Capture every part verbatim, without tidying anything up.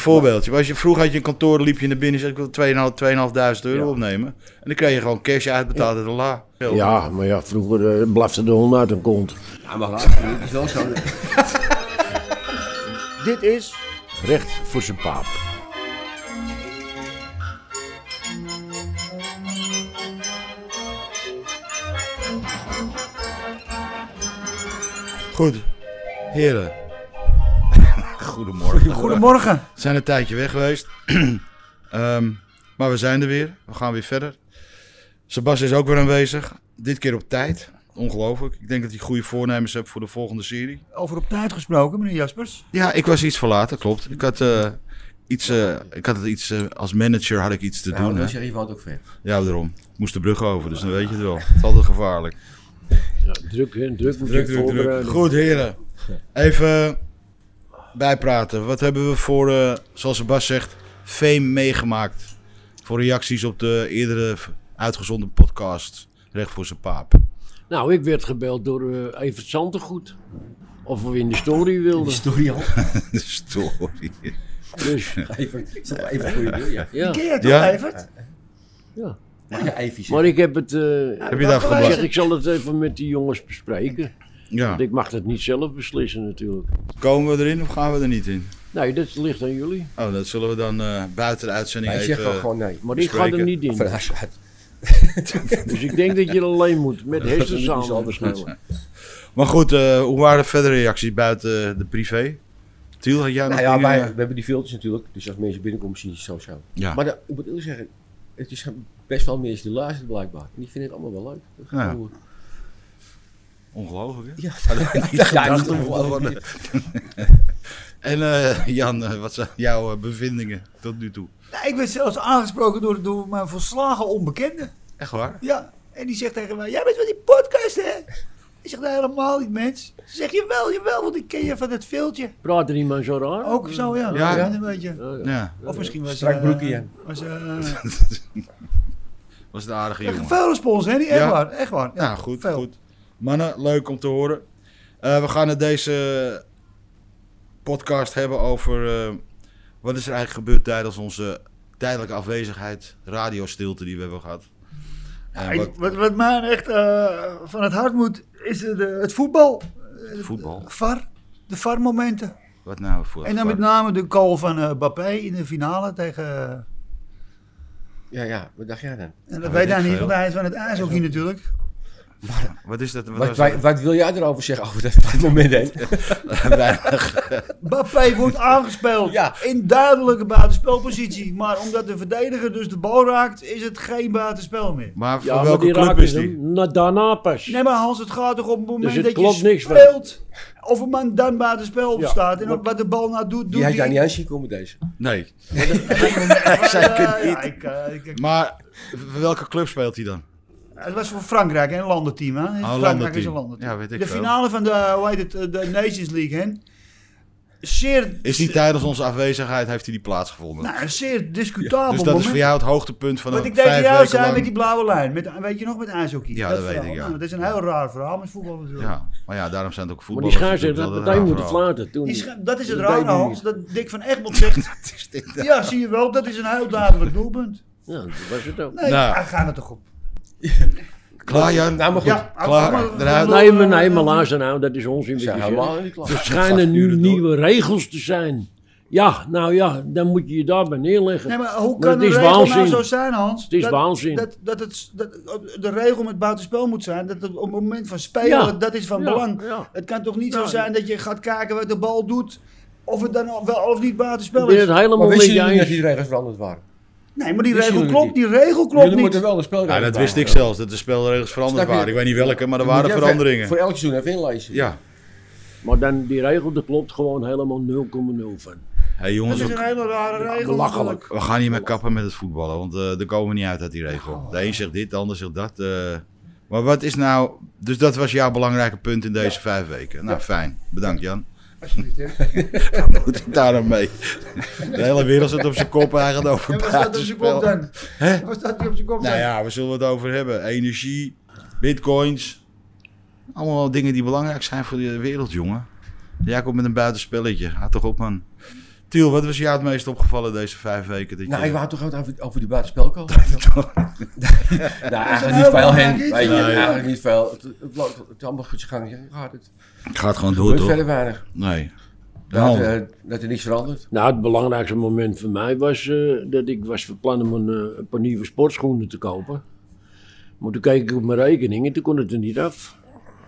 Voorbeeldje. Als je, vroeger had je een kantoor, liep je naar binnen en zei ik wil tweeënhalfduizend euro ja. opnemen. En dan kreeg je gewoon cash uitbetaald uit de la. Heel ja, goed. Maar ja, vroeger uh, blafte de hond uit een kont. Ja, maar laat, het is wel zo. Dit is Recht voor zijn paap. Goed, heren. Goedemorgen. Goedemorgen. We zijn een tijdje weg geweest. um, maar we zijn er weer. We gaan weer verder. Sebas is ook weer aanwezig. Dit keer op tijd. Ongelooflijk. Ik denk dat hij goede voornemens heeft voor de volgende serie. Over op tijd gesproken, meneer Jaspers. Ja, ik was iets verlaten, klopt. Ik had, uh, iets, uh, ik had het iets, uh, als manager had ik iets te ja, doen. Dan zeg je wat ook ver. Ja, daarom. Ik moest de brug over, dus dan weet je het wel. Het is altijd gevaarlijk. Ja, druk, hè? Druk, moet druk, druk, druk. Goed, heren. Even bijpraten. Wat hebben we voor, uh, zoals Sebas zegt, fame meegemaakt? Voor reacties op de eerdere uitgezonden podcast Recht voor zijn paap. Nou, ik werd gebeld door uh, Evert Zantegoed. Of we in de story wilden. De story al? De story. Dus. Even, even voor je deur, ja. ja. Ken je toch, ja. Evert? Ja. Mag je Eifie maar ik heb het... Uh, heb je dat afgeblazen? Ik zal het even met die jongens bespreken. Ja. Want ik mag het niet zelf beslissen natuurlijk. Komen we erin of gaan we er niet in? Nee, dat ligt aan jullie. Oh, dat zullen we dan uh, buiten de uitzending Wij even zeggen gewoon nee. Maar bespreken. ik ga er niet in. Dus ik denk dat je er alleen moet. Met Hester samen waarschijnlijk. Maar goed, uh, hoe waren de verdere reacties buiten de privé? Tiel, had jij nog nou ja, dingen? wij, we hebben die filmpjes natuurlijk. Dus als mensen binnenkomen zien ze het zo zo. Ja. Maar de, ik moet eerlijk zeggen, het is best wel mensen die luisteren blijkbaar. En die vinden het allemaal wel leuk. Ja. Hoe... Ongelooflijk, hè? Ja, niet gedacht worden. En uh, Jan, uh, wat zijn jouw uh, bevindingen tot nu toe? Nou, ik ben zelfs aangesproken door, door mijn volslagen onbekende. Echt waar? Ja, en die zegt tegen mij, jij bent van die podcast, hè? Ik zeg, nou, helemaal niet, mens. Ze zegt, jawel, jawel, want ik ken je van het filmpje. Praat er iemand zo raar? Ook zo, ja. Ja, ja. Een beetje. Ja, ja. Of misschien was... Strak uh, broekje, Jan. Was, uh, was het aardige jongen. veel respons, hè? Niet echt Ja. waar, echt waar. Ja, ja goed, veel. goed. Mannen, leuk om te horen. Uh, we gaan het deze podcast hebben over... Uh, wat is er eigenlijk gebeurd tijdens onze tijdelijke afwezigheid. Radiostilte die we hebben gehad. Ja, ik, wat, wat mij echt uh, van het hart moet, is de, het voetbal. Voetbal? V A R. De V A R-momenten. Wat nou voor En dan met name de goal van uh, Mbappé in de finale tegen... Uh, ja, ja, wat dacht jij dan? En dat weet hij niet, want hij is van het ijshockey natuurlijk. Maar, wat is dat? Wat, wat, wat, wat, wat wil jij erover zeggen over dat, dat moment heen? Mbappé wordt aangespeeld ja. in duidelijke buitenspelpositie. Maar omdat de verdediger dus de bal raakt, is het geen buitenspel meer. Maar voor ja, welke maar club is die? Na, daarna pas. Nee, maar Hans, het gaat toch op het moment dus dat je speelt, van. Of een man dan buitenspel op ja. staat. En wat de bal nou doet, doet die had jij niet aanzien komen deze? Nee. dat, Zeker niet. Ja, ik, uh, ik, ik, maar voor welke club speelt hij dan? Het was voor Frankrijk, hè, een landenteam. Hè? Oh, Frankrijk landenteam. is een landenteam. Ja, weet ik de veel. finale van de, hoe heet het, de Nations League, hè? Zeer, is die tijdens onze afwezigheid heeft hij die plaatsgevonden? Nou, een zeer discutabel ja, dus dat moment. is voor jou het hoogtepunt van Wat een ik tegen jou zei lang... met die blauwe lijn. Met, weet je nog, met ijshockey. Ja, dat, dat weet verhaal. ik, ja. Nou, dat is een heel raar verhaal met voetbal natuurlijk. Ja, maar ja, daarom zijn het ook Maar voetballers. die schaarsers dat meteen moeten fluiten. Toen die scha- dat is het rare, Hans. Dat Dick van Egmond zegt... ja, zie je wel, dat is een heel duidelijk doelpunt. Ja, dat was het ook. Nee, nou. hij gaat er toch op. Klaar, Jan? Nou, maar goed. Ja, klaar. Maar, nee, maar, nee, maar luister nou, dat is onzin. Ja, helemaal niet klaar. Er schijnen nu nieuwe regels te zijn. Ja, nou ja, dan moet je je daarbij neerleggen. Nee, maar hoe maar kan de regel waanzin. nou zo zijn, Hans? Het is dat, waanzin. Dat, dat, het, dat de regel met buitenspel moet zijn, dat het op het moment van spelen, Ja. dat is van Ja, belang. ja. Het kan toch niet Ja. zo zijn dat je gaat kijken wat de bal doet, of het dan wel of niet buitenspel Ik ben is. het helemaal Maar met wisten je jullie dat eens. die regels veranderd waren? Nee, maar die Wisten regel jullie klopt, niet? die regel klopt Jullie niet. moeten wel de spelregels Ja, dat wist ik bijhouden. zelfs, dat de spelregels veranderd Snap je? waren. Ik weet niet welke, maar er Moet waren je veranderingen. even- Voor elk seizoen even inlezen. Ja. Maar dan, die regel, daar klopt gewoon helemaal nul komma nul van. Hé jongens, Dat is een we, hele rare regel. belachelijk. natuurlijk. we gaan niet meer kappen met het voetballen, want uh, daar komen we niet uit uit die regel. De een zegt dit, de ander zegt dat. Uh, maar wat is nou... Dus dat was jouw belangrijke punt in deze ja. vijf weken. Nou, fijn. Bedankt, Jan. Alsjeblieft, hè. Wat moet ik daar dan mee? De hele wereld zit op zijn kop eigenlijk over En wat staat op zijn kop buitenspel. dan? Hè? Wat staat er op zijn kop dan? Nou ja, waar zullen we het over hebben? Energie, bitcoins. Allemaal wel dingen die belangrijk zijn voor de wereld, jongen. Jij komt met een buitenspelletje. Houd toch op, man. Tiel, wat was jou het meest opgevallen deze vijf weken? Dat Nou, je... ik wou toch gewoon over, over die buitenspelkant. Nou, eigenlijk niet veel hen. Weet je, Nee. eigenlijk niet veel. Het, het, het loopt het is allemaal goed gegaan. Ja, gaat het. Ik ga het gewoon Er door, gebeurt toch? verder weinig. Nee. Dat, Nou, uh, dat er niets verandert. Nou, het belangrijkste moment voor mij was uh, dat ik was van plan om een, uh, een paar nieuwe sportschoenen te kopen. Maar toen keek ik op mijn rekening en toen kon het er niet af.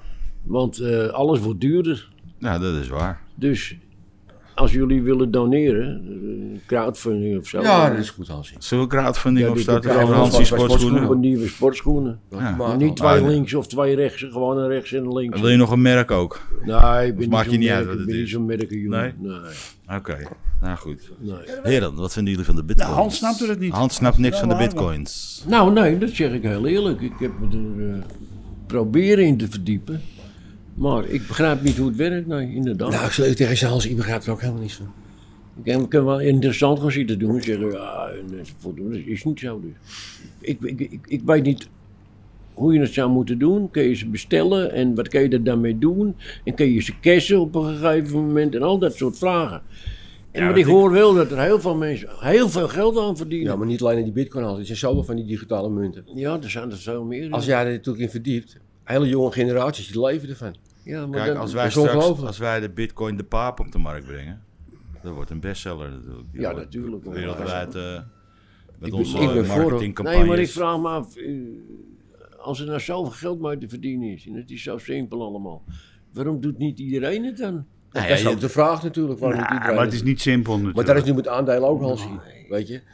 Want uh, alles wordt duurder. ja, dat is waar. Dus als jullie willen doneren, uh, crowdfunding of zo. Ja, dat is goed, Hansie. Zullen we crowdfunding Ja, opstarten die- voor ja, Hansie bij sportschoenen? Voor nieuwe sportschoenen. Ja. Maar, Niet twee Ah, nee. links of twee rechts, gewoon een rechts en een links. Wil je nog een merk ook? Nee, ik ben maakt niet je niet zo'n uit merk- wat ik het ben niet is? zo'n merkenjongen. Nee? Nee. Oké, nou goed. nee. Heren, wat vinden jullie van de bitcoins? Nou, Hans snapte het niet. Hans snapt niks Ja, van de waar, bitcoins. Nou, nee, dat zeg ik heel eerlijk. Ik heb me er uh, proberen in te verdiepen. Maar ik begrijp niet hoe het werkt, nee, inderdaad. Nou, ik zal even tegen Hansie, ik begrijp er ook helemaal niets van. Ik kan, ik kan wel interessant gaan zitten doen en zeggen, ja, enzovoort. Dat is niet zo dus. Ik, ik, ik, ik weet niet hoe je het zou moeten doen. Kun je ze bestellen en wat kun je er dan mee doen? En kun je ze cashen op een gegeven moment en al dat soort vragen. En, maar ik hoor wel dat er heel veel mensen heel veel geld aan verdienen. Ja, maar niet alleen in die bitcoin al. Er zijn zoveel van die digitale munten. Ja, er zijn er veel meer. Als jij er natuurlijk in verdiept, hele jonge generaties, die leven ervan. ja, maar Kijk, dan- als wij dat is straks, ongelooflijk. als wij de bitcoin de paap op de markt brengen, dat wordt een bestseller natuurlijk. Die Ja, wordt natuurlijk. Wereldwijd uh, met ben- onze ik ben voor, hoor. marketingcampagnes. Nee, maar ik vraag me af, eh, als er nou zoveel geld mee te verdienen is, en het is zo simpel allemaal, waarom doet niet iedereen het dan? Nou ja, dat is je- ook de vraag natuurlijk, waarom niet Nou, iedereen. maar het is niet simpel natuurlijk. Maar daar is nu met aandelen ook al zien, weet je.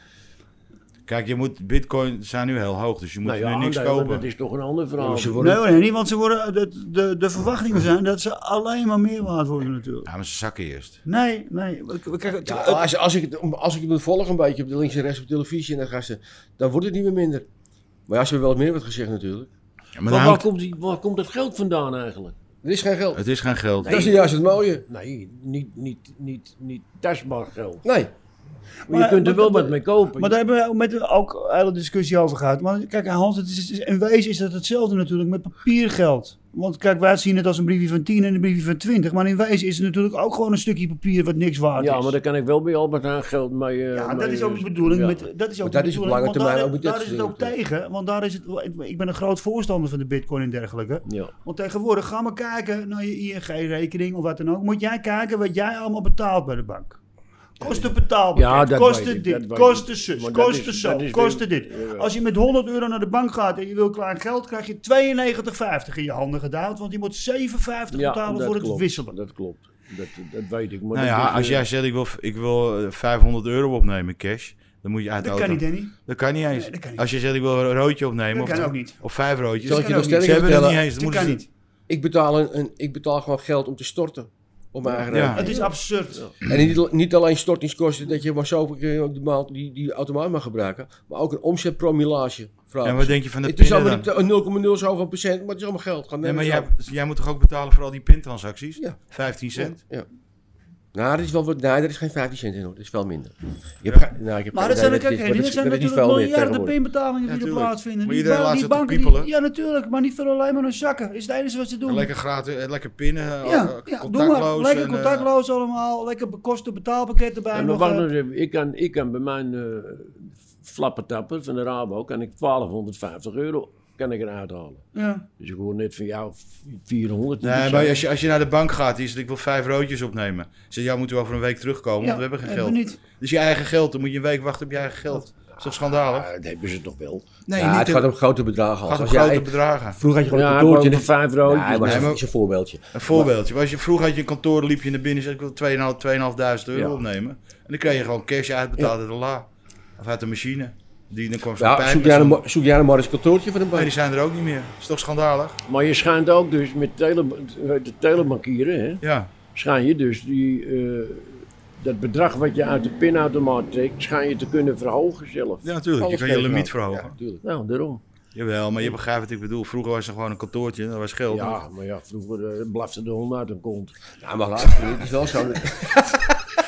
Kijk, je moet, bitcoin zijn nu heel hoog, dus je moet Nou ja, nu niks aandelen, kopen. dat is toch een ander verhaal. Maar ze worden- Nee, nee, niet, want ze worden, de, de, de verwachtingen zijn dat ze alleen maar meer waard worden natuurlijk. Ja, maar ze zakken eerst. Nee, nee. we- we- Kijk, het- Ja, het- als, als, ik het, als ik het moet volgen een beetje op de links en rechts op televisie en dan gaan ze, dan wordt het niet meer minder. Maar ja, ze hebben wel meer wat gezegd natuurlijk. Ja, maar Maar dan waar hangt- komt, die, waar komt dat geld vandaan eigenlijk? Er is geen geld. het is geen geld. Dat is juist het mooie. Nee, niet, niet, niet, niet tastbaar geld. Nee. Maar je kunt er wel wat mee kopen. Maar daar hebben we met ook een hele discussie over gehad. Maar kijk, Hans, het is, in wezen is dat hetzelfde natuurlijk met papiergeld. Want kijk, wij zien het als een briefje van tien en een briefje van twintig. Maar in wezen is het natuurlijk ook gewoon een stukje papier wat niks waard ja, is. maar daar kan ik wel bij Albert Heijn geld mee... uh, Ja, mee, dat is ook uh, de bedoeling. ja. Met, dat is ook Maar de dat is op bedoeling, lange want termijn daar, ook niet daar dat is het soort ook dingen. tegen. Want daar is het, ik- ik ben een groot voorstander van de bitcoin en dergelijke. Ja. Want tegenwoordig, ga maar kijken naar je I N G-rekening of wat dan ook. Moet jij kijken wat jij allemaal betaalt bij de bank. Kosten betaalpakket, Ja, dat kosten weet ik, dit, dat weet kosten ik. zus, Maar dat kosten is- zo, dat is kosten weer- dit. Ja. Als je met honderd euro naar de bank gaat en je wil klein geld, krijg je tweeënnegentig vijftig in je handen gedaald. Want je moet zeven vijftig Ja, betalen dat voor het klopt. wisselen. Dat klopt. Dat, dat weet ik. Maar Nou dat ja, is, als uh, jij zegt ik wil, ik wil eh, vijfhonderd euro opnemen cash, dan moet je uit de Dat auto. kan niet, Danny. Dat kan niet eens. Nee, dat kan niet. Als je zegt ik wil een roodje opnemen, Dat of, kan ook niet. of vijf roodjes, Zal ik je kan nog ook niet. ze stellingen hebben het vertellen? niet eens. Dan Dat moeten kan ze- niet. Ik betaal, een, een, ik betaal gewoon geld om te storten. Op mijn eigen Ja. rekening. Het is absurd. En niet, niet alleen stortingskosten dat je maar zoveel keer op de maand die, die automaat mag gebruiken. Maar ook een omzetpromillage. vragen En wat ze. denk je van de Het is pinnen allemaal dan? niet nul komma nul zoveel procent, maar het is allemaal geld. Gaan Nee, maar nergens jij, jij moet toch ook betalen voor al die pintransacties? Ja. vijftien cent? Ja. Nou, dat is wel wat, nee, dat is geen vijftien cent in hoor. Dat is veel minder. Je hebt, ge- nou, ik heb Maar geen dat zijn idee ook wat het is, geen maar Dat dat zijn dat is niet natuurlijk veel meer miljarden tegenwoordig. pinbetalingen die Ja, er tuurlijk. plaatsvinden. Maar Die, iedereen ba- laat die zitten banken die, piepelen. ja natuurlijk, maar niet voor alleen maar hun zakken. Is het enige wat ze doen. Lekker gratis, eh, lekker pinnen, eh, ja, eh, ja, doe contactloos. maar. Lekker en, eh, contactloos allemaal. Lekker kosten betaalpakket erbij. Ja, maar nog, wacht eh. nog even. Ik kan, ik kan bij mijn uh, flappentapper van de Rabo kan ik twaalfhonderdvijftig euro kan ik eruit halen. Ja. Dus ik hoor net van jou vierhonderd. Nee, maar als je, als je naar de bank gaat, die zegt ik wil vijf roodjes opnemen. Zeg, ja, moeten we over een week terugkomen, want we hebben geen hebben geld. we niet. Dus je eigen geld, dan moet je een week wachten op je eigen geld. Dat is toch schandalig? Ah, dat hebben ze toch wel. Nee, ja, niet het in- gaat om grote bedragen. gaat Als om jij- grote bedragen. Vroeger had je gewoon Ja, een kantoortje. maar voor vijf roodjes. Ja, maar Nee, maar- dat is een voorbeeldje. Een voorbeeldje. Als je, vroeger had je een kantoor, dan liep je naar binnen en zei ik wil tweeënhalfduizend euro Ja. opnemen. En dan kreeg je gewoon cash uitbetaald uit de la. Of uit de machine. Die, dan kwam zo'n Ja, pijp zoek met jij, zo'n- een, zoek jij een maar eens kantoortje van een Nee, bank? die zijn er ook niet meer. Dat is toch schandalig? Maar je schijnt ook dus met tele, de telebankieren, hè, Ja. schijn je dus die, uh, dat bedrag wat je uit de pinautomaat trekt, schijn je te kunnen verhogen zelf. Ja, natuurlijk. Je Alles kan je geven limiet nou. verhogen. Ja, tuurlijk. Nou, daarom. Jawel, maar je begrijpt wat ik bedoel. Vroeger was er gewoon een kantoortje, dat was geld. Ja, maar ja, vroeger uh, blafte de hond uit een kont. Ja, maar luister, het is wel zo.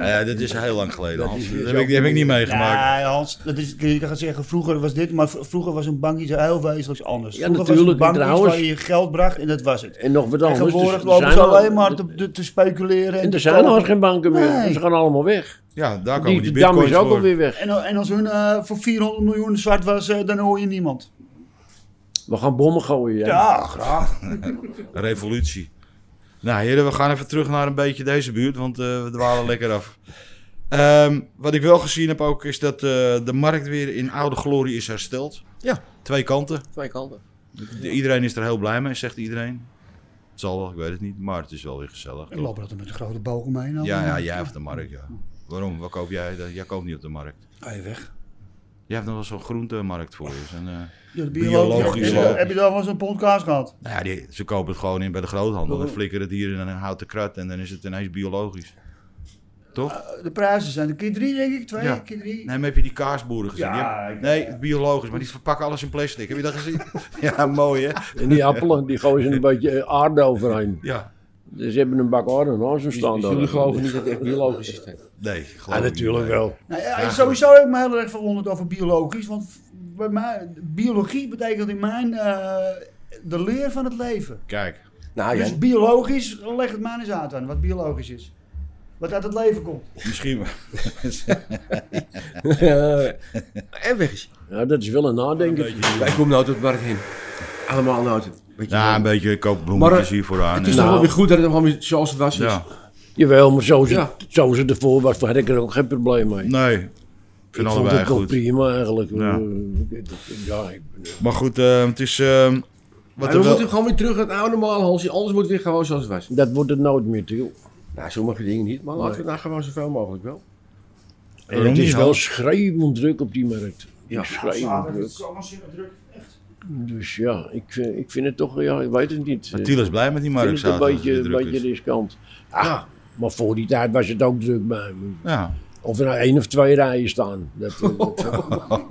Ja, dit is heel lang geleden, Dat Hans. is Dat weer heb zo ik, die heb ik niet meegemaakt. Ja, Hans, dat is, je kan zeggen, vroeger was dit, maar v- vroeger was een bank iets heel wezenlijks anders. Ja, Vroeger natuurlijk, was een bank trouwens. iets waar je geld bracht en dat was het. En nog wat En anders. tegenwoordig er lopen zijn ze al- alleen maar te, te, te speculeren. En te er zijn kopen. al geen banken meer. Nee. Ze gaan allemaal weg. Ja, daar komen Die, die de dam bitcoins is ook voor. alweer weg. En, en als hun uh, voor vierhonderd miljoen zwart was, uh, dan hoor je niemand. We gaan bommen gooien. Ja. Ja, graag. Revolutie. Nou heren, we gaan even terug naar een beetje deze buurt, want uh, we dwalen lekker af. Um, wat ik wel gezien heb ook, is dat uh, de markt weer in oude glorie is hersteld. Ja. Twee kanten. Twee kanten. Iedereen is er heel blij mee, zegt iedereen. Het zal wel, ik weet het niet, maar het is wel weer gezellig. Ik loop er met een grote boog omheen. Nou, Ja, ja, jij hebt de markt, ja. Waarom? Wat koop jij? Jij koopt niet op de markt. Ga je weg. Jij hebt nog wel zo'n groentemarkt voor je. Zo'n, uh, Ja, de biologisch. Heb, je- heb je dan wel eens een pond kaas gehad? nou ja, die, ze kopen het gewoon in bij de groothandel. Dan flikkeren het hier in een houten krat en dan is het ineens biologisch. Toch? Uh, de prijzen zijn een keer drie, denk ik. Twee, Ja. keer drie. Nee, maar heb je die kaasboeren gezien? Ja, Die hebben- ik- nee, het biologisch, maar die verpakken alles in plastic. Heb je dat gezien? Ja, mooi hè? En die appelen, die gooien ze een beetje aarde overheen. Ja. Dus ze hebben een bak aarde naast hun staan. Dus daar. jullie geloven niet dat het echt biologisch is? Hè? Nee, geloof Ja, ik natuurlijk niet. wel. Nou, ja, sowieso heb ik me heel erg verwonderd over biologisch. Want bij mij, biologie betekent in mijn uh, de leer van het leven. Kijk, Nou ja, Dus biologisch, leg het maar eens uit aan wat biologisch is. Wat uit het leven komt. misschien wel. en weg is. Ja, dat is wel een nadenken. Wij komen nou tot waar het heen. Allemaal nou tot. Beetje Ja, een beetje kookbloemetjes Maar, hier vooraan. Het is En- toch Nou. wel weer goed dat het allemaal weer zoals het was. is. ja, Jawel, maar zo ze, Ja. zo ze ervoor was, had ik er ook geen probleem mee. nee. Ik Ik vind vond allebei het wel goed. prima eigenlijk. Ja. Eh, ja, ik, Maar goed, uh, het is... Uh, wat Maar er we wel... moeten gewoon weer terug naar het oude normale, Hansje. Alles moet weer gewoon zoals het was. dat wordt het nooit meer, joh. Nou, sommige dingen niet, maar laten we nou gewoon zoveel mogelijk wel. En Waarom het is niet, wel Hans? schreeuwend druk op die markt. Ja. Schreeuwend druk. is allemaal zeer druk. Echt. Dus ja, ik, vind- ik vind het toch, ja, ik weet het niet. Maar Ik Tiel is blij met die vind markt. het een zaterdag, beetje, als het een druk beetje is. riskant. Ah, Ja. maar voor die tijd was het ook druk bij me. Ja. Of er nou één of twee rijen staan. Dat, eh, dat,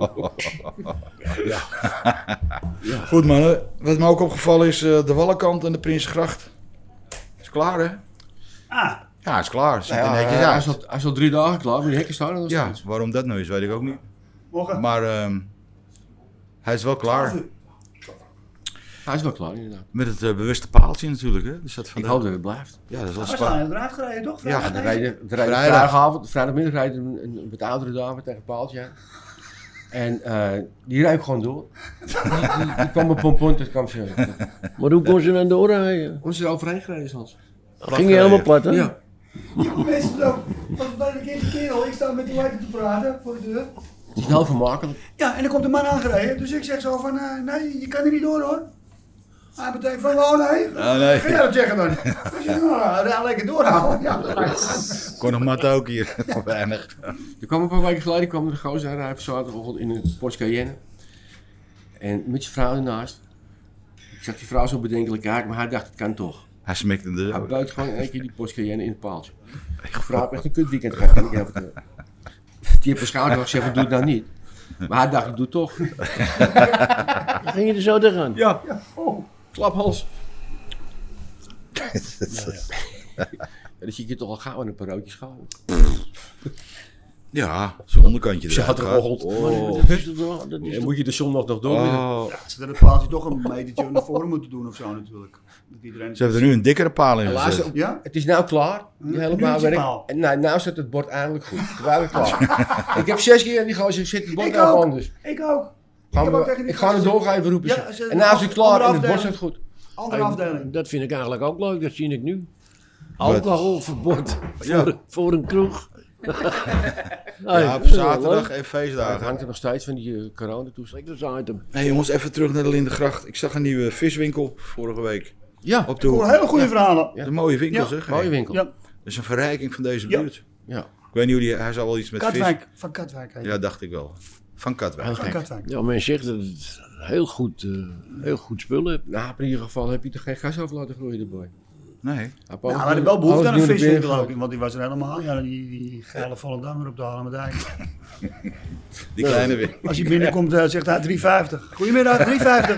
Goed mannen, wat me ook opgevallen is, uh, de Wallenkant en de Prinsengracht. Is klaar hè? Ah, Ja, is klaar. Ziet er Nou ja, netjes hij, uit. is al, hij is al drie dagen klaar, maar die hekken staan er nog Ja, steeds. waarom dat nou is, weet ik ook niet. morgen. Maar ehm, hij is wel klaar. Hij is wel klaar, inderdaad. Met het uh, bewuste paaltje natuurlijk hè. Dus dat Ik vandaag- hoop dat het blijft. Ja, dat is wel We staan spannend. inderdaad gereden, toch? Ja, Ja, Vrijdag de gereden. rijden, de rijden Vrijdag. vrijdagavond, vrijdagmiddag rijdt een, een, een wat oudere dame tegen een paaltje aan. En eh, die rijdt gewoon door. Die, die, die kwam op pompon, dat kwam ze. maar hoe kon ze dan doorrijden? Hoe is er overheen gereden, Hans? Ging je helemaal plat, hè? Ja. Mensen zo, wat ben ik in de kerel? Ik sta met die wijken te praten voor de deur. Het is nou vermakelijk. Ja, en dan komt de man aangereden. Dus ik zeg zo van, uh, nee, je kan er niet door hoor. Hij betekent van, oh nee. Ah, nee. Ga jij dat zeggen dan? Ik zeg, nou, rij lekker doorhouden. Ja, Kon nog mat ook hier. Voor weinig. Er kwam een paar weken geleden kwam er een gozer aan, hij heeft zaterdagochtend in een Porsche Cayenne. En met zijn vrouw ernaast. Ik zag die vrouw zo bedenkelijk kijken, maar hij dacht, het kan toch. Hij smikte de... Hij buit gewoon in één keer die Porsche Cayenne in het paaltje. Die vrouw heeft echt een kut weekend gehad, kan ik even vertellen. Die heeft waarschijnlijk nog gezegd, doe het nou niet. Maar hij dacht, ik doe het toch. Ging je er zo tegenaan? Ja, oh, klaphals. Ja, dan zie ik je toch al gauw aan een paar roodjes schouwen. Ja, zijn onderkantje Ze eruit had er gaat. gerold. Maar dat is toch wel- dat is En toch- moet je de zondag nog door? Oh, Ze hadden het paaltje toch een metertje naar voren moeten doen of zo natuurlijk. Dat iedereen... ze hebben er nu een dikkere paal in Helaas, gezet. Ja? het is nou klaar, die Een hele uurtje bouwwerk. paal. En nou, nou staat het bord eindelijk goed. Toen waren we klaar. Ik heb zes keer aan die gozer gezet, het bord Ik nou ook. anders. Ik ook. Gaan heb ook we- tegen die ik ga er gasten- door gaan even roepen. Ja, ze. ze- En nou is het klaar en het andere bord staat goed. Andere afdeling. Dat vind ik eigenlijk ook leuk, dat zie ik nu. Alcoholverbod voor, voor een kroeg. Ja, op zaterdag en Het feestdagen. hangt er nog steeds van die uh, coronatoestand. Lekker zo'n item. Nee jongens, even terug naar de Lindengracht. Ik zag een nieuwe viswinkel vorige week. Ja, Op de Ik hoor hoek. hele goede verhalen. Dat is een mooie winkel Ja. zeg. mooie winkel. Ja, Dat is een verrijking van deze Ja. buurt. Ja. Ik weet niet hoe die... Hij zal wel iets met Katwijk. Van Katwijk. heet vis... Ja, dacht ik wel. Van Katwijk. Heel Van gek. Katwijk. Ja, men zegt dat het heel goed, eh, heel goed spul heeft. Nou, in ieder geval heb je er geen gas over laten groeien erbij. Nee. Hij heeft Ja, alles maar er nieuw- wel behoefte aan alles een nieuw naar viswinkel binnen ook. Want die was er helemaal. Ja, die, die geile Volendammer op de Hallemerdijk. Die kleine winkel. Als hij binnenkomt, uh, zegt hij drie vijftig. Goedemiddag, drie vijftig.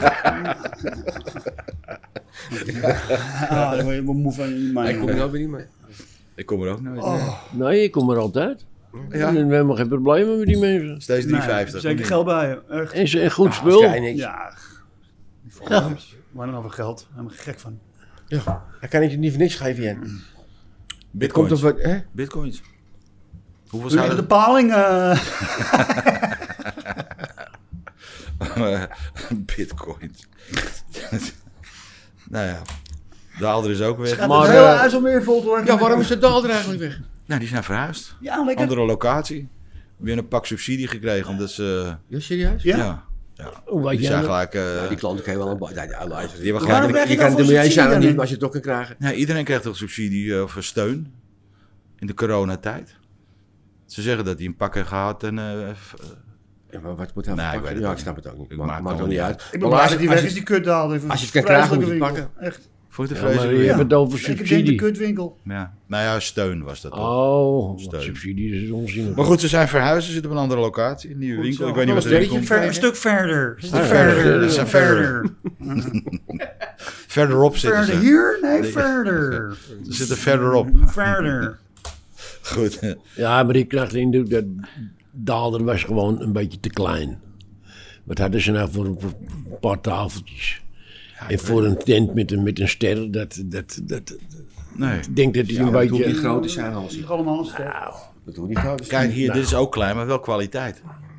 Ah, dan word je moe van je Hij komt er man. nou weer niet mee. Ik kom er ook nooit. Oh, Nee, ik kom er altijd. Ja. En we hebben helemaal geen problemen met die mensen. Steeds drie vijftig. nee, zeker geld bij je. Echt. En, ze- en goed Ja, spul. dat is niks. Ja. Ja. Maar dan over geld. Daar ben ik gek van. Ja. Dan kan ik je niet voor niks geven, Jan. Het komt Bitcoins. op wat, hè? Bitcoins. Hoeveel Wil je zou de paling? eh Bitcoins. Nou ja, Daalder is ook weg. gaat Maar, het hele eh, IJsselmeer vol te worden. Ja, waarom is de Daalder eigenlijk weg? Nou, die zijn verhuisd. Ja, lekker. Andere locatie. Weer een pak subsidie gekregen, omdat ze... Ja, serieus? Ja? Ja. ja. Hoe weet Die jij zijn dat? gelijk... eh, Die klanten kan je wel een... Ja, ja, luister. Die hebben Je kan- gelijk- je Waarom kan het krijg je er dan mee voor eens zijn of subsidie niet, dan? maar als je het toch kan krijgen. ja, iedereen krijgt toch subsidie of steun in de coronatijd. Ze zeggen dat hij een pak heeft gehad en... eh, f- Ja, maar wat moet hij Nee, ik pakken? weet het Ja, ook ik snap het ook niet. Ik Maakt maak maakt het ook niet ook uit. Ik ben Maar blij als- dat die als weg je- is, die kutdaal. als je het kan krijgen, moet je het Vreselijke pakken. winkel. Echt. vond je het Ja, maar vreselijk? je Ja. hebt het over Ik denk de subsidie. kutwinkel. Ja. Nou ja, steun was dat toch. Oh, Steun. subsidie is onzin. Maar goed, ze zijn verhuisd, ze zitten op een andere locatie, een nieuwe Goed winkel. zo. Ik weet niet Nog wat een er sterretje komt. Ver, een stuk verder. Een stuk Ah, verder. verder. Een Ze stuk zijn verder. Verderop zitten Verder ze. hier? Nee, Nee. verder. Ze zitten verderop. Verder. Goed. Ja, maar ik krijg de indruk dat Daalder was gewoon een beetje te klein. Wat hadden ze nou voor een paar tafeltjes? en voor een tent met een, met een ster, dat, dat, dat, Nee. ik denk dat hij Ja, een maar het hoeft beetje... niet groot te zijn, Hansie. Die allemaal een ster. Nou, Dat hoeft niet groot te zijn. Kijk hier, dit is ook klein, maar wel kwaliteit.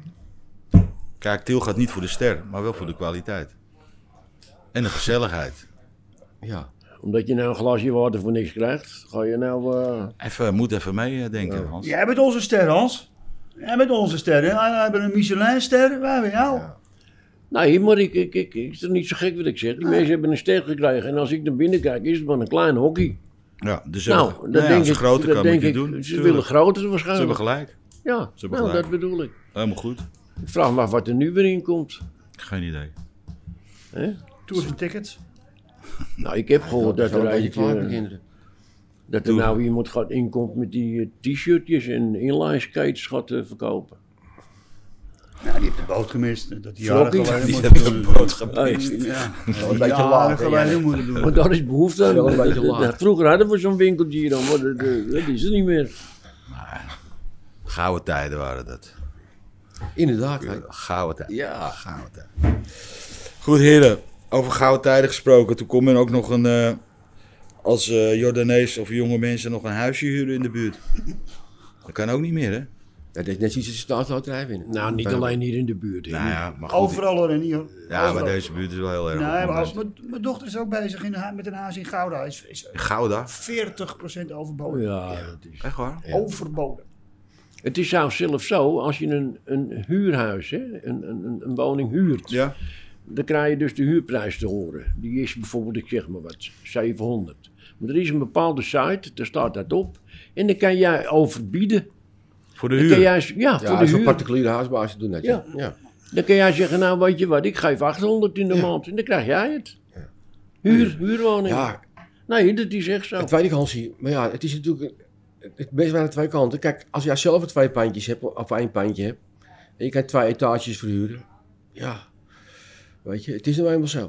Kijk, Tiel gaat niet voor de ster, maar wel voor de kwaliteit. En de gezelligheid. Ja. omdat je nou een glasje water voor niks krijgt, ga je nou... eh, Even, moet even meedenken, Hans. Jij bent onze ster, Hans. Jij bent onze ster. hè? Wij hebben een Michelin-ster. Wij hebben jou. Nee, maar ik, ik, ik, ik is toch niet zo gek wat ik zeg. Die mensen hebben een ster gekregen en als ik naar binnen kijk, is het maar een klein hockey. Ja, dus Nou, even- dat nou ja, denk als ze ik. groter dat kan, denk moet je ik. doen. Ze Tuurlijk. willen groter Ze waarschijnlijk. hebben gelijk. Ja, hebben nou, gelijk. dat bedoel ik. Helemaal goed. Ik vraag me af wat er nu weer in komt. Geen idee. Hè? Tours en tickets. Nou, ik heb gehoord dat is wel er, een beetje klaar met eentje, kinderen. dat er Doe. nou iemand gaat inkomt met die eh, t-shirtjes en inline skates gaat eh, verkopen. Ja, die heeft de boot gemist. Dat die jaren Flokkie. geleden Die moeten hebben doen. de boot gemist. Ja, Wel een beetje jaren laat, hè, geleden ja. moeten doen. Maar daar is behoefte aan. Wel een beetje laat. Ja, vroeger hadden we zo'n winkeltje hier dan, maar dat, eh, dat is er niet meer. Gouden tijden waren dat. Inderdaad. hè. Gouden tijden. Ja. Gouden tijden. Goed, heren. Over gouden tijden gesproken. Toen kon men ook nog een... eh, als eh Jordanees of jonge mensen nog een huisje huren in de buurt. Dat kan ook niet meer, hè? Dat is net zoiets als een staatsloterij winnen. Nou, niet Bij- alleen hier in de buurt. hè. Nou ja, maar goed. Overal hoor, en hier. Ja, maar Overal. deze buurt is wel heel erg. Nee, op. maar als, mijn, mijn dochter is ook bezig in, een hu- met een huis in Gouda. Is, is Gouda? veertig procent overboden. Ja, dat is... Echt waar? Overboden. Het is zelfs zelfs zo, als je een, een huurhuis, hè, een, een, een woning huurt, Ja. dan krijg je dus de huurprijs te horen. Die is bijvoorbeeld, ik zeg maar wat, zevenhonderd. Maar er is een bepaalde site, daar staat dat op. En dan kan jij overbieden. Voor de Dan kan huur? jij, ja, Ja, voor dat de is een huur. particuliere huisbaas doen dat. Ja. Ja. Ja. Dan kan jij zeggen, nou weet je wat, ik geef achthonderd in de maand. En dan krijg jij het. Huur, huurwoning. Ja, Nee, dat is echt zo. dat weet ik, Hansie. Maar ja, het is natuurlijk... Het best aan de twee kanten. Kijk, als jij zelf twee pandjes hebt, of één pandje hebt, en je kan twee etages verhuren. Ja, weet je, het is nou eenmaal zo.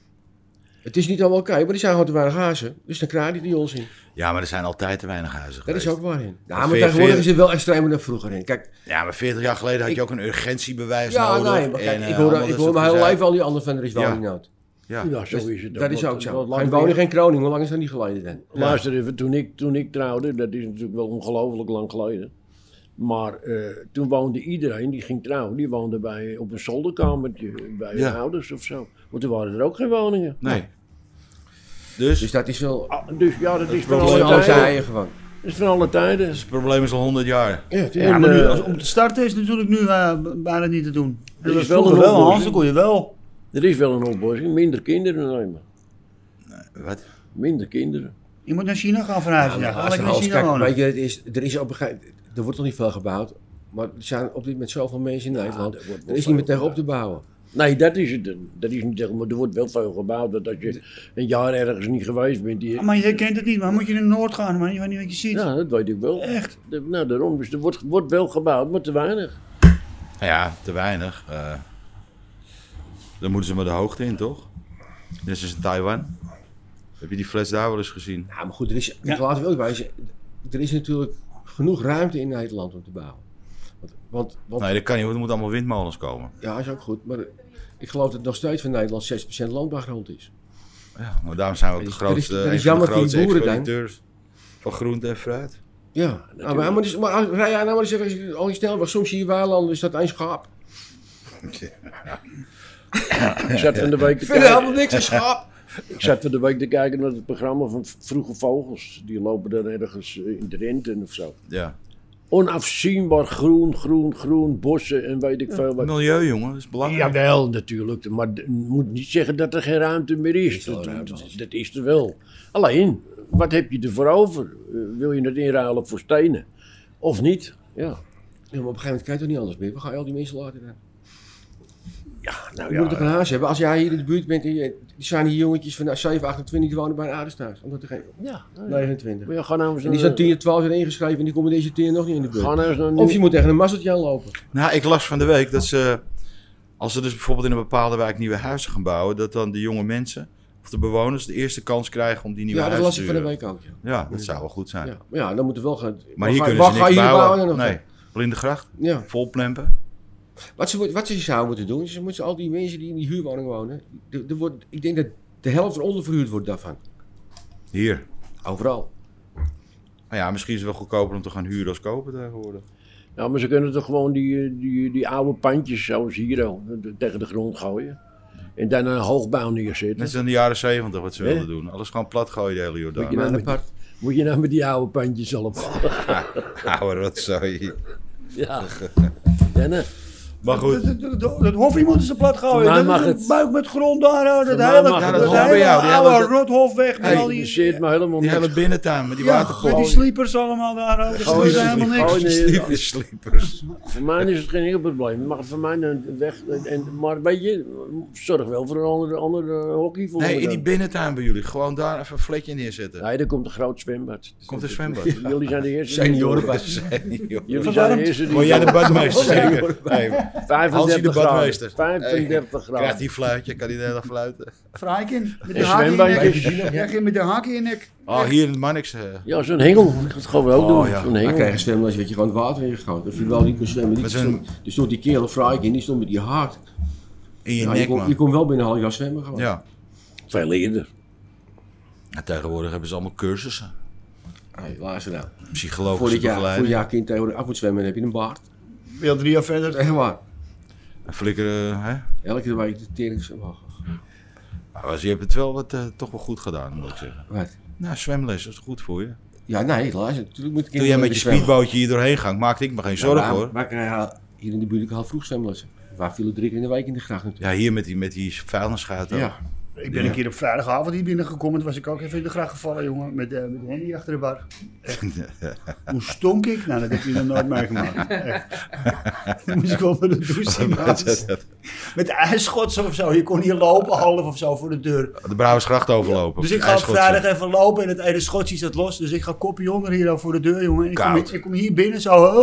Het is niet allemaal oké, maar die zijn gewoon te weinig huizen. Dus dan krijg je die onzin. Ja, maar er zijn altijd te weinig huizen Dat geweest. is ook waarin. Ja, veer- maar tegenwoordig veer- is het wel extremer dan vroeger in. Kijk, Ja, maar veertig jaar geleden had je Ik- ook een urgentiebewijs ja, nodig. nee, maar kijk, en, eh, ik hoor, allemaal ik dat hoor soort mijn hele gezeik. leven al die andere van er is Ja. woningnood. Ja. Ja, zo is het. Dat is Wat- ook zo. wat- wat- Geen woning, geen kroning. Hoe lang is dat niet geleden dan? Luister even, toen ik, toen ik trouwde, dat is natuurlijk wel ongelooflijk lang geleden. Maar eh, toen woonde iedereen die ging trouwen, die woonde bij, op een zolderkamertje bij hun Ja. ouders of zo. Want toen waren er ook geen woningen. Nee. Dus, Dus dat is wel... Ah, dus ja, dat is van probleem alle Alle tijden. tijden gewoon. Dat is van alle tijden. het probleem is al honderd jaar. Ja, Ja, maar nu, eh, als, om te starten is het natuurlijk nu uh, bijna niet te doen. Er Dat is was wel vroeger een wel, Hans, oplossing. dan kon je wel. Er is wel een oplossing, minder kinderen nemen. Wat? Minder kinderen. Je moet naar China gaan verhuizen. Ja, Ja, ga maar lekker naar als China kijk, wonen. weet je, het is, er is op een gegeven er wordt nog niet veel gebouwd, maar er zijn op dit moment zoveel mensen in Nederland, er wordt er wel is niet meer veel tegenop te bouwen. Nee, dat is het. Dat is niet echt, maar er wordt wel veel gebouwd. Dat als je een jaar ergens niet geweest bent. Die... Maar je kent het niet, maar moet je naar Noord gaan, man. Je weet niet wat je ziet. Ja, dat weet ik wel. Echt. De- nou, daarom. Dus er wordt, wordt wel gebouwd, maar te weinig. Nou ja, te weinig. Eh, dan moeten ze maar de hoogte in, toch? Net als in Taiwan. Heb je die fles daar wel eens gezien? Ja, maar goed, er is, Ja. ik laat wel wijzen, er is natuurlijk genoeg ruimte in Nederland om te bouwen. Want, want, want Nee, dat kan niet, want er moeten allemaal windmolens komen. ja, is ook goed. Maar ik geloof dat nog steeds van Nederland zes procent landbouwgrond is. Ja, maar daarom zijn we ook de Dat is- dat is- grootste, dat is een van de jammer voor die grootste boeren dan. expediteurs van groente en fruit. Ja, nou, maar, maar, dus, maar als- rij jij nou maar eens even al die snelweg. Soms zie je weilanden, is dat één schaap. Ik zat van de week te Ik vind er helemaal kijken, niks, een schaap. ik zat van de week te kijken naar het programma van Vroege Vogels. Die lopen dan ergens in de Rente of zo. Ja. Onafzienbaar groen, groen, groen, bossen en weet ik veel wat. Milieu, jongen, dat is belangrijk. Jawel, natuurlijk. Maar je moet niet zeggen dat er geen ruimte meer is. is wel Dat, ruimte. dat, dat is er wel. Alleen, wat heb je ervoor over? Uh, wil je het inruilen voor stenen? Of niet? Ja. Ja, maar op een gegeven moment kan je toch niet anders meer. We gaan al die mensen laten dan. Ja, nou Je moet ja. toch een huis hebben. Als jij hier in de buurt bent, en je, die zijn hier jongetjes van nou, zeven, achtentwintig die wonen bij een oudersthuis. Omdat er geen Ja, nou ja. negenentwintig. Maar ja, ga nou eens En die zijn tien, twaalf zijn ingeschreven en die komen deze tien nog niet in de buurt. Ga nou eens naar een Of je nieuw- moet tegen een mazzeltje aanlopen. Nou, ik las van de week dat ze, als ze dus bijvoorbeeld in een bepaalde wijk nieuwe huizen gaan bouwen, dat dan de jonge mensen of de bewoners de eerste kans krijgen om die nieuwe Ja, dat las huizen ik te van de huren. week ook. Ja. Ja, dat zou wel goed zijn. Ja. Maar ja, dan moeten we wel gaan. Maar waar hier ga- kunnen waar ze ga niks je hier bouwen. bouwen dan nog? Nee, Blindegracht, Ja. vol plempen. Wat ze, wat ze zouden moeten doen, is ze moeten al die mensen die in die huurwoning wonen, er, er wordt, ik denk dat de helft eronder verhuurd wordt daarvan. Hier. Overal. Nou ja, misschien is het wel goedkoper om te gaan huren als kopen tegenwoordig. Nou, maar ze kunnen toch gewoon die, eh, die, die oude pandjes zoals hier al, eh, tegen de grond gooien. En dan een hoogbouw neerzetten. Net als in de jaren zeventig wat ze Hè? wilden doen. Alles gewoon plat gooien, de hele Moet je Jordaan. nou Maar met, apart. moet je nou met die oude pandjes allemaal? Oude rotzooi. Ja. Ja, nou. Maar goed. Dat, dat, dat, dat hof moeten ze plat gooien. Voor mij Dat, mag dat het. buik met grond daar, hoor. dat mij hele, mag het. dat Ja, dat hof bij hele jou, die oude hele- rothof weg met Hey, al Die die... zit me helemaal Die hele niks. binnentuin met die Ja, waterpolo. met die sleepers allemaal daar, hoor. dat Gooi is ze- helemaal niks. gooi ze- Sleep- sleepers. Voor mij is het geen enkel probleem. Mag het voor mij dan weg. En, maar weet je, zorg wel voor een andere, andere hockey voor Nee, me in die dan. binnentuin bij jullie. Gewoon daar even een vlekje neerzetten. Nee, er komt een groot zwembad. Komt een zwembad. Jullie zijn de eerste. Seniorenbad. Jullie zijn de eerste. die- Word jij de badmeester zeker? Nee, Hansie vijfendertig de graden. badmeester. vijfendertig krijgt graden. die fluitje, kan die de hele dag fluiten. Fraaien, met de En haak in je nek. zwembadjes. Ja, ging met de haak in je nek. Oh, hier in het Mannix. eh, Ja, zo'n hengel. Dat gaan we ook Oh, doen. ja. Zo'n Dan krijg je hengel. zwemles, weet je, gewoon het water ingegooid. Of je wel niet kunt zwemmen. Die Met zo'n- stond, er stond die kerel fraai in, die stond met die haak. In je Nou, je, nek, kon, je man. kon wel binnen een half jaar zwemmen gewoon. Ja. Veel eerder. En tegenwoordig hebben ze allemaal cursussen. Hey, luister nou. Psychologische Voordat je voor begeleiding. je kind tegenwoordig af moet zwemmen, dan heb je een baard. Wil drie jaar verder. Echt waar. En flikkeren, hè? Elke week de tering. Oh, Nou, dus je hebt het wel wat, eh, toch wel goed gedaan, moet ik zeggen. wat? Nou, zwemles is goed voor je. Ja, nee, luister. Natuurlijk moet ik Toen jij met je speedbootje hier doorheen ging, maakte ik me geen zorgen, hoor. Wij krijgen hier in de buurt al vroeg zwemlessen. Waar vielen drie keer in de week in de gracht natuurlijk. Ja, hier met die, met die vuilnisschuit ook. Ja. Ik ben een keer op vrijdagavond hier binnengekomen. Toen was ik ook even in de gracht gevallen, jongen. Met, uh, met Henny achter de bar. Echt. Hoe stonk ik? Nou, dat heb je nog nooit meegemaakt. Echt. Toen moest ik wel met de douche in huis. Met ijsschots of zo. Je kon hier lopen, half of zo, voor de deur. De Brouwersgracht overlopen. Dus op ik ga op IJsschotse. vrijdag even lopen en het ene schotje staat los. Dus ik ga kopje onder hier al voor de deur, jongen. En ik, kom, Koud. ik kom hier binnen zo.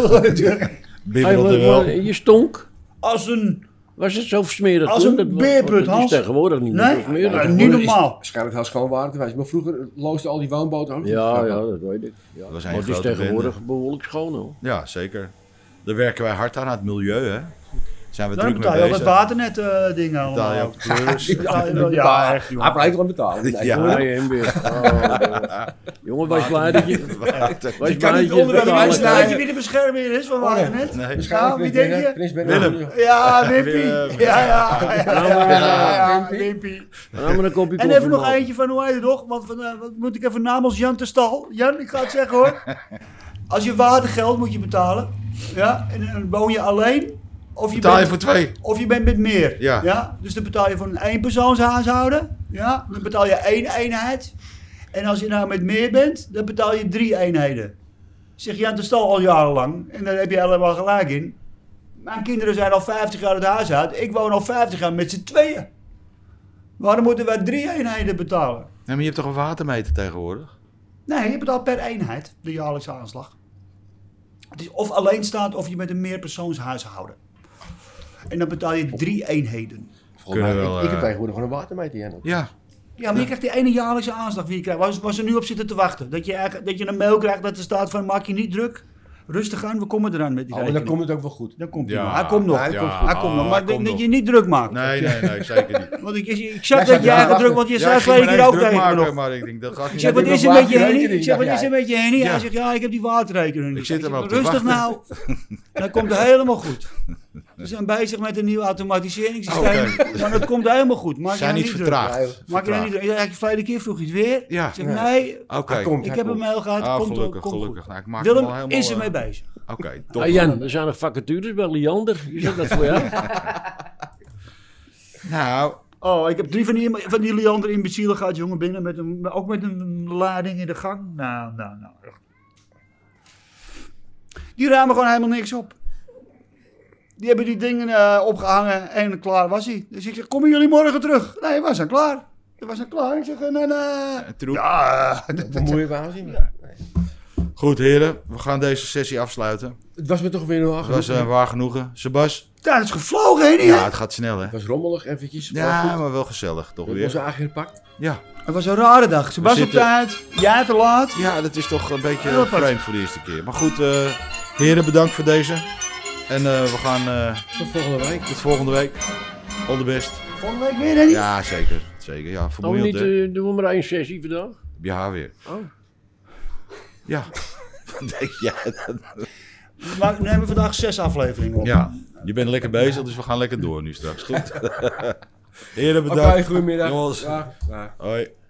Bibberde Hey, wel. maar- maar je stonk. Als een... Was het zo smerig Als toen? een Dat was- beerput, dat is Hans. tegenwoordig niet meer Nee? zo smerig. Ja, niet normaal. Waarschijnlijk heel schoon water geweest. Maar vroeger loosden al die woonboten ook. Ja, ja, dat weet ik. Ja. was een Maar het is grote tegenwoordig behoorlijk schoon hoor. Ja, zeker. Daar werken wij hard aan, aan het milieu, hè. Zijn we Dan druk betaal mee je al dat bezig. waternet eh dingen Betaal je allemaal. op de pleurs. Ja, ja, echt, jongen. Hij blijft gewoon betalen. Nee, Ja. gewoon- Nee, en weer. Oh, jongen, wees blij dat je... Wees kan blij niet dat je onder de betalen mensen kan. Weet je wie de bescherming is van waternet? Nee. Ja, wie denk je? Prins Ben Willem. Ja, Wimpy. Willem. Ja, ja, ja, ja, ja, ja, Wimpy. Wimpy. Nou, maar een kopje En koffie even nog maken. eentje van, hoe heet het nog? Want van, eh, wat moet ik even namens Jan ter Stal. Jan, ik ga het zeggen hoor. Als je watergeld moet je betalen. Ja, en dan woon je alleen. Of je, Betaal je bent, voor twee. of je bent met meer. Ja. Dus dan betaal je voor een eenpersoonshuishouden. Ja, dan betaal je één eenheid. En als je nou met meer bent, dan betaal je drie eenheden. Zeg Jan ter Stal al jarenlang. En daar heb je helemaal gelijk in. Mijn kinderen zijn al vijftig jaar het huis uit. Ik woon al vijftig jaar met z'n tweeën. Waarom moeten wij drie eenheden betalen? Nee, maar je hebt toch een watermeter tegenwoordig? Nee, je betaalt per eenheid de jaarlijkse aanslag. Het is of alleenstaand of je met een meerpersoonshuishouden. En dan betaal je drie eenheden. Volgens mij, Kunnen we wel, ik, ik heb eh, tegenwoordig gewoon een watermeter. Jan. Ja. Ja, maar je krijgt die ene jaarlijkse aanslag die je krijgt. Waar, waar ze nu op zitten te wachten. Dat je, eigenlijk- dat je een mail krijgt dat er staat van maak je niet druk. Rustig aan, we komen eraan met die Oh, maar dan rekening. komt het ook wel goed. Dan komt hij Ja. nog. Hij komt nog. Ja, hij komt- hij komt nog. oh, Maar hij komt dat nog. je niet druk maakt. Nee, nee, nee, zeker niet. Want ik, ik, ik Jij zag zat dat je ja, eigen wacht. druk, want je Ja, zei ik ging twee me keer ineens ook druk tegen me maken, nog. maar ik denk, dat gaat Ik niet. zeg, wat doet is nog er met je waterrekening, Henny? Ik zeg, wat dacht is er jij. met je Henny? Ja. Hij zegt, ja, ik heb die waterrekening. Ik zit zeg, er maar op te rustig wachten. nou. Dan komt het helemaal goed. Ze zijn bezig met een nieuw automatiseringssysteem. Oké. Maar het komt helemaal goed. Maak je Zijn nou niet niet druk. vertraagd. Ja, Maak je nou Vertraagd. niet druk. Ja, verleden keer vroeg je het weer. Ja. Ik zeg, Nee. nee, Oké. Hij komt, ik hij heb een komt. mail gehad. Ah, Komt gelukkig, komt gelukkig. goed. Nou, ik maak hem al Willem helemaal... is eh, ermee bezig. Oké, top. Ah, Jan, er zijn nog vacatures bij Liander. Is dat dat voor jou? Nou, Oh, ik heb drie van die, van die Leander imbecielen gehad, jongen, binnen. Met een, ook met een lading in de gang. Nou, nou, nou. Die ruimen gewoon helemaal niks op. Die hebben die dingen eh, opgehangen en klaar was hij. Dus ik zeg, komen jullie morgen terug? Nee, we zijn klaar. We zijn klaar. Ik zeg, nee, nee. troep. Ja, Dat moet je wel aanzien. Goed, heren. We gaan deze sessie afsluiten. Het was me toch weer nog Het was een waar genoegen. Sebas? ja, het is gevlogen, hè? Ja, het gaat snel, hè? Het was rommelig eventjes. Ja, maar goed. maar wel gezellig, toch We hebben weer? onze eigen gepakt. Ja. Het was een rare dag. Ze was op zitten- tijd, jij te laat. Ja, dat is toch een beetje Heel apart. vreemd voor de eerste keer. Maar goed, eh, heren, bedankt voor deze. En eh, we gaan eh, Tot volgende week. tot volgende week. All the best. Volgende week weer, hè? niet? Ja, zeker. Zeker, ja. Oh, Vermoeiend, niet, hè? eh, doen we maar één sessie vandaag? Op je haar weer. Oh. Ja. Wat denk jij? We maken- nemen vandaag zes afleveringen op. Ja, je bent lekker bezig, dus we gaan lekker door nu straks. Goed. Heren, Oké, bedankt. goedemiddag. Jongens. Ja, ja. Hoi.